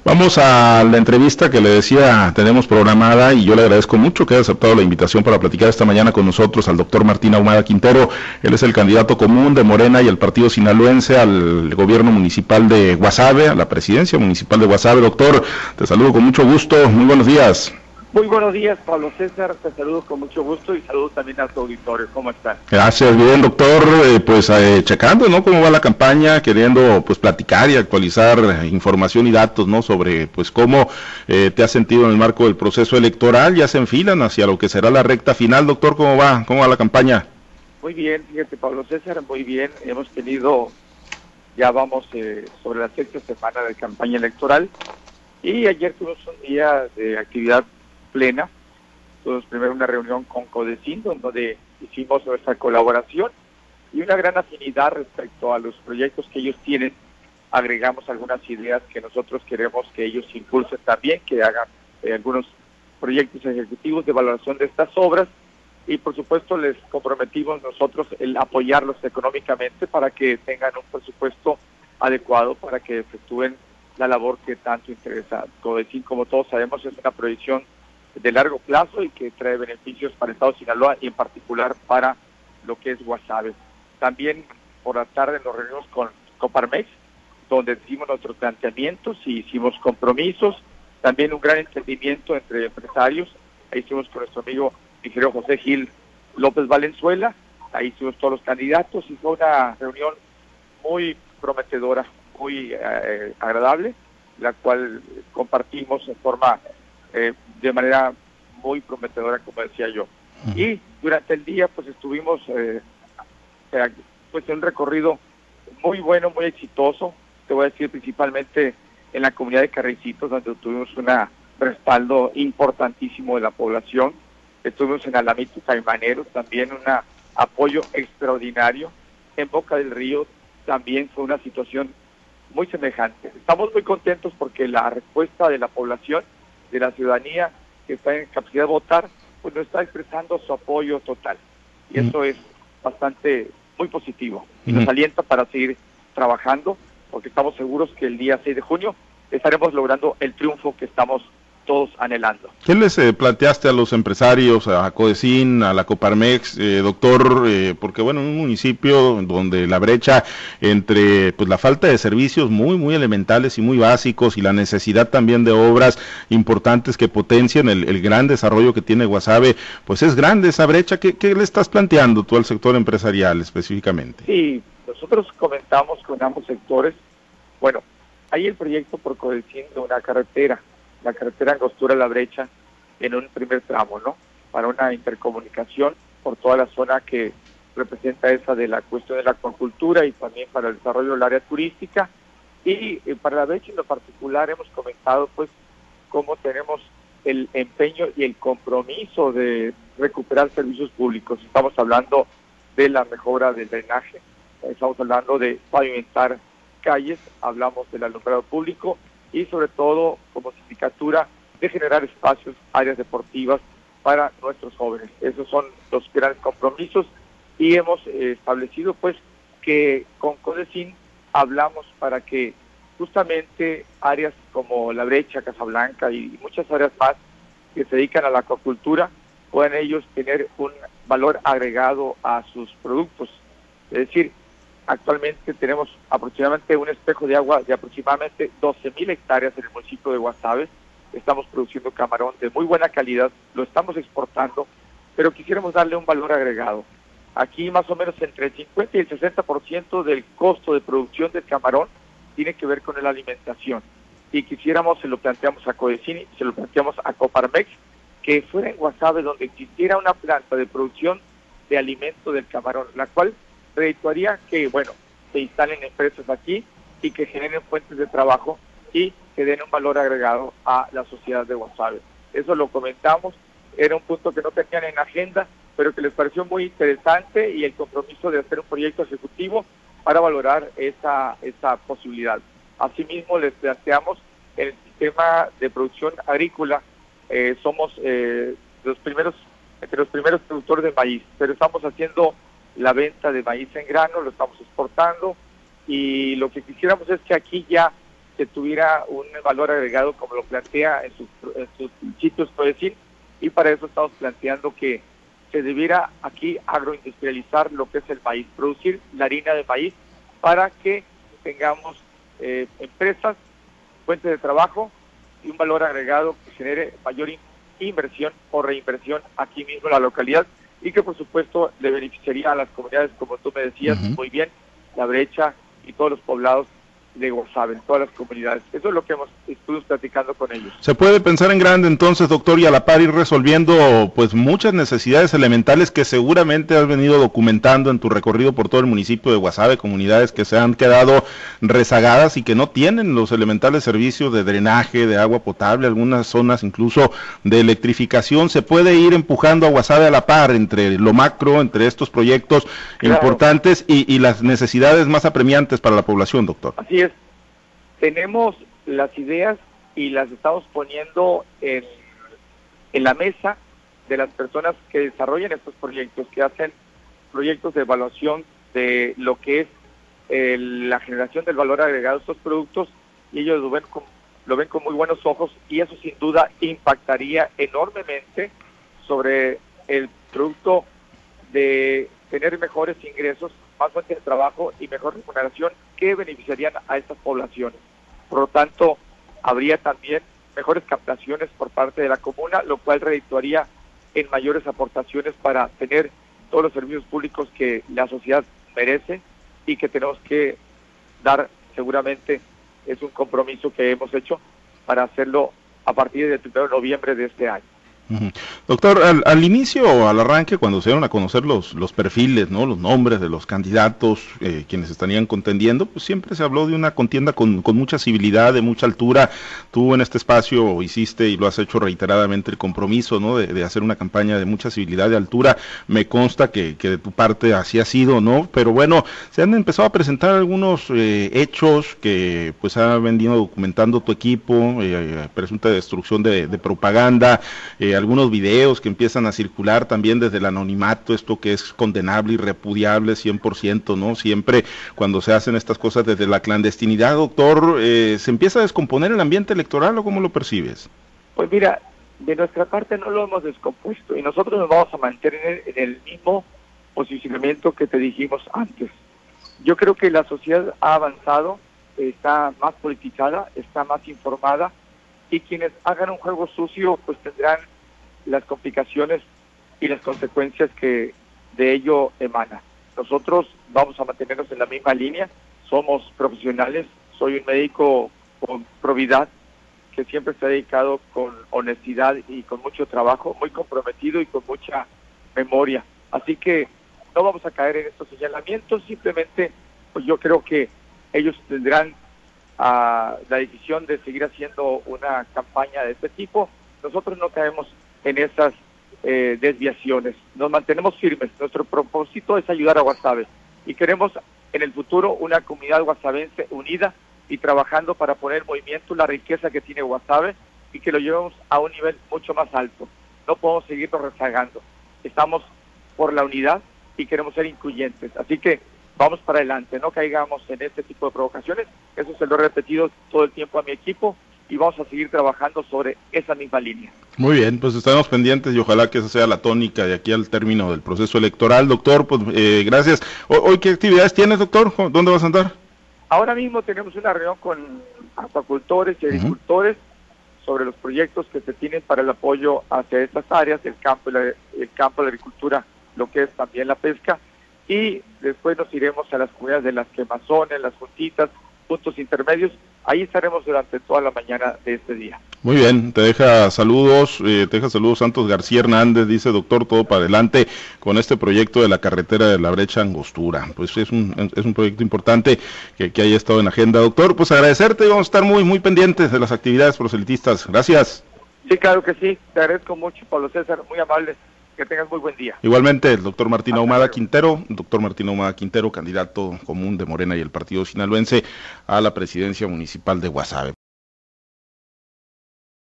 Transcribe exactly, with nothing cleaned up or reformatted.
Vamos a la entrevista que le decía tenemos programada y yo le agradezco mucho que haya aceptado la invitación para platicar esta mañana con nosotros al doctor Martín Ahumada Quintero. Él es el candidato común de Morena y el partido sinaloense al gobierno municipal de Guasave, a la presidencia municipal de Guasave. Doctor, te saludo con mucho gusto, muy buenos días. Muy buenos días, Pablo César, te saludo con mucho gusto y saludo también a tu auditorio. ¿Cómo están? Gracias, bien, doctor, eh, pues eh, checando, ¿no?, cómo va la campaña, queriendo pues platicar y actualizar eh, información y datos, ¿no?, sobre pues cómo eh, te has sentido en el marco del proceso electoral. Ya se enfilan hacia lo que será la recta final, doctor, ¿cómo va? ¿Cómo va la campaña? Muy bien, fíjate, Pablo César, muy bien. Hemos tenido, ya vamos eh, sobre la sexta semana de campaña electoral y ayer tuvimos un día de actividad plena. Tuvimos primero una reunión con Codecin, donde hicimos nuestra colaboración y una gran afinidad respecto a los proyectos que ellos tienen. Agregamos algunas ideas que nosotros queremos que ellos impulsen también, que hagan eh, algunos proyectos ejecutivos de valoración de estas obras y por supuesto les comprometimos nosotros el apoyarlos económicamente para que tengan un presupuesto adecuado para que efectúen la labor que tanto interesa. Codecin, como todos sabemos, es una proyección de largo plazo y que trae beneficios para el Estado de Sinaloa y en particular para lo que es Guasave. También por la tarde nos reunimos con Coparmex, donde hicimos nuestros planteamientos y hicimos compromisos, también un gran entendimiento entre empresarios. Ahí estuvimos con nuestro amigo ingeniero José Gil López Valenzuela, ahí estuvimos todos los candidatos y fue una reunión muy prometedora, muy eh, agradable, la cual compartimos en forma Eh, de manera muy prometedora, como decía yo. Y durante el día pues estuvimos eh, eh, pues en un recorrido muy bueno, muy exitoso, te voy a decir principalmente en la comunidad de Carricitos, donde tuvimos un respaldo importantísimo de la población. Estuvimos en Alamito Caimanero, también un apoyo extraordinario. En Boca del Río también fue una situación muy semejante. Estamos muy contentos porque la respuesta de la población, de la ciudadanía que está en capacidad de votar, pues nos está expresando su apoyo total. Y eso mm. es bastante, muy positivo. Y mm. nos alienta para seguir trabajando, porque estamos seguros que el día seis de junio estaremos logrando el triunfo que estamos todos anhelando. ¿Qué les eh, planteaste a los empresarios, a Codecin, a la Coparmex, eh, doctor? Eh, porque bueno, en un municipio donde la brecha entre pues la falta de servicios muy, muy elementales y muy básicos y la necesidad también de obras importantes que potencien el, el gran desarrollo que tiene Guasave, pues es grande esa brecha. ¿Qué, qué le estás planteando tú al sector empresarial específicamente? Sí, nosotros comentamos con ambos sectores. Bueno, hay el proyecto por Codecin de una carretera, la carretera Angostura La Brecha, en un primer tramo, ¿no?, para una intercomunicación por toda la zona que representa esa de la cuestión de la acuicultura y también para el desarrollo del área turística. Y eh, para La Brecha en lo particular hemos comentado pues cómo tenemos el empeño y el compromiso de recuperar servicios públicos. Estamos hablando de la mejora del drenaje, estamos hablando de pavimentar calles, hablamos del alumbrado público y sobre todo como sindicatura de generar espacios, áreas deportivas para nuestros jóvenes. Esos son los grandes compromisos y hemos eh, establecido pues que con Codecin hablamos para que justamente áreas como La Brecha, Casablanca y muchas áreas más que se dedican a la acuacultura puedan ellos tener un valor agregado a sus productos. Es decir, actualmente tenemos aproximadamente un espejo de agua de aproximadamente doce mil hectáreas en el municipio de Guasave. Estamos produciendo camarón de muy buena calidad, lo estamos exportando, pero quisiéramos darle un valor agregado. Aquí más o menos entre el cincuenta y el sesenta por ciento del costo de producción del camarón tiene que ver con la alimentación. Y quisiéramos, se lo planteamos a Codecin, se lo planteamos a Coparmex, que fuera en Guasave donde existiera una planta de producción de alimento del camarón, la cual redituaría que, bueno, se instalen empresas aquí y que generen fuentes de trabajo y que den un valor agregado a la sociedad de Guasave. Eso lo comentamos, era un punto que no tenían en agenda, pero que les pareció muy interesante y el compromiso de hacer un proyecto ejecutivo para valorar esa, esa posibilidad. Asimismo, les planteamos el sistema de producción agrícola, eh, somos eh, los primeros, entre los primeros productores de maíz, pero estamos haciendo la venta de maíz en grano, lo estamos exportando y lo que quisiéramos es que aquí ya que tuviera un valor agregado como lo plantea en sus, en sus principios Codecín, y para eso estamos planteando que se debiera aquí agroindustrializar lo que es el maíz, producir la harina de maíz para que tengamos eh, empresas, fuentes de trabajo y un valor agregado que genere mayor in inversión o reinversión aquí mismo en la localidad, y que por supuesto le beneficiaría a las comunidades, como tú me decías uh-huh. muy bien, La Brecha y todos los poblados de Guasave, en todas las comunidades. Eso es lo que hemos estuvimos platicando con ellos. Se puede pensar en grande entonces, doctor, y a la par ir resolviendo pues muchas necesidades elementales que seguramente has venido documentando en tu recorrido por todo el municipio de Guasave, comunidades que se han quedado rezagadas y que no tienen los elementales servicios de drenaje, de agua potable, algunas zonas incluso de electrificación. Se puede ir empujando a Guasave a la par entre lo macro, entre estos proyectos claro. importantes y, y las necesidades más apremiantes para la población, doctor. Así es. Tenemos las ideas y las estamos poniendo en, en la mesa de las personas que desarrollan estos proyectos, que hacen proyectos de evaluación de lo que es eh, la generación del valor agregado de estos productos, y ellos lo ven, con, lo ven con muy buenos ojos, y eso sin duda impactaría enormemente sobre el producto de tener mejores ingresos, más fuentes de trabajo y mejor remuneración que beneficiarían a estas poblaciones. Por lo tanto, habría también mejores captaciones por parte de la comuna, lo cual redituaría en mayores aportaciones para tener todos los servicios públicos que la sociedad merece y que tenemos que dar. Seguramente es un compromiso que hemos hecho para hacerlo a partir del primero de noviembre de este año. Uh-huh. Doctor, al, al inicio o al arranque, cuando se dieron a conocer los, los perfiles, ¿no? Los nombres de los candidatos, eh, quienes estarían contendiendo, pues siempre se habló de una contienda con, con mucha civilidad, de mucha altura. Tú en este espacio hiciste y lo has hecho reiteradamente el compromiso, ¿no? De, de hacer una campaña de mucha civilidad, de altura. Me consta que, que de tu parte así ha sido, ¿no? Pero bueno, se han empezado a presentar algunos eh, hechos que pues ha venido documentando tu equipo, eh, presunta destrucción de, de propaganda, eh, algunos videos que empiezan a circular también desde el anonimato, esto que es condenable y repudiable cien por ciento, ¿no? Siempre cuando se hacen estas cosas desde la clandestinidad, doctor, eh, ¿se empieza a descomponer el ambiente electoral o cómo lo percibes? Pues mira, de nuestra parte no lo hemos descompuesto y nosotros nos vamos a mantener en el mismo posicionamiento que te dijimos antes. Yo creo que la sociedad ha avanzado, está más politizada, está más informada, y quienes hagan un juego sucio pues tendrán las complicaciones y las consecuencias que de ello emana. Nosotros vamos a mantenernos en la misma línea, somos profesionales, soy un médico con probidad que siempre se ha dedicado con honestidad y con mucho trabajo, muy comprometido y con mucha memoria. Así que no vamos a caer en estos señalamientos, simplemente pues yo creo que ellos tendrán uh, la decisión de seguir haciendo una campaña de este tipo. Nosotros no caemos en esas eh, desviaciones, nos mantenemos firmes. Nuestro propósito es ayudar a Guasave y queremos en el futuro una comunidad guasavense unida y trabajando para poner en movimiento la riqueza que tiene Guasave y que lo llevemos a un nivel mucho más alto. No podemos seguirnos rezagando, estamos por la unidad y queremos ser incluyentes, así que vamos para adelante, no caigamos en este tipo de provocaciones. Eso se lo he repetido todo el tiempo a mi equipo y vamos a seguir trabajando sobre esa misma línea. Muy bien, pues estaremos pendientes y ojalá que esa sea la tónica de aquí al término del proceso electoral. Doctor, pues eh, gracias. ¿Hoy qué actividades tienes, doctor? ¿Dónde vas a andar? Ahora mismo tenemos una reunión con acuacultores y agricultores uh-huh. sobre los proyectos que se tienen para el apoyo hacia estas áreas, el campo, y la, el campo, la agricultura, lo que es también la pesca, y después nos iremos a las comunidades de las quemazones, las juntitas, puntos intermedios. Ahí estaremos durante toda la mañana de este día. Muy bien, te deja saludos, eh, te deja saludos Santos García Hernández, dice doctor, todo para adelante con este proyecto de la carretera de La Brecha Angostura. Pues es un es un proyecto importante que, que haya estado en agenda, doctor. Pues agradecerte y vamos a estar muy muy pendientes de las actividades proselitistas. Gracias. Sí, claro que sí, te agradezco mucho, Pablo César, muy amable. Que tengas muy buen día. Igualmente, el doctor Martín Ahumada Quintero, doctor Martín Ahumada Quintero, candidato común de Morena y el Partido Sinaloense a la presidencia municipal de Guasave.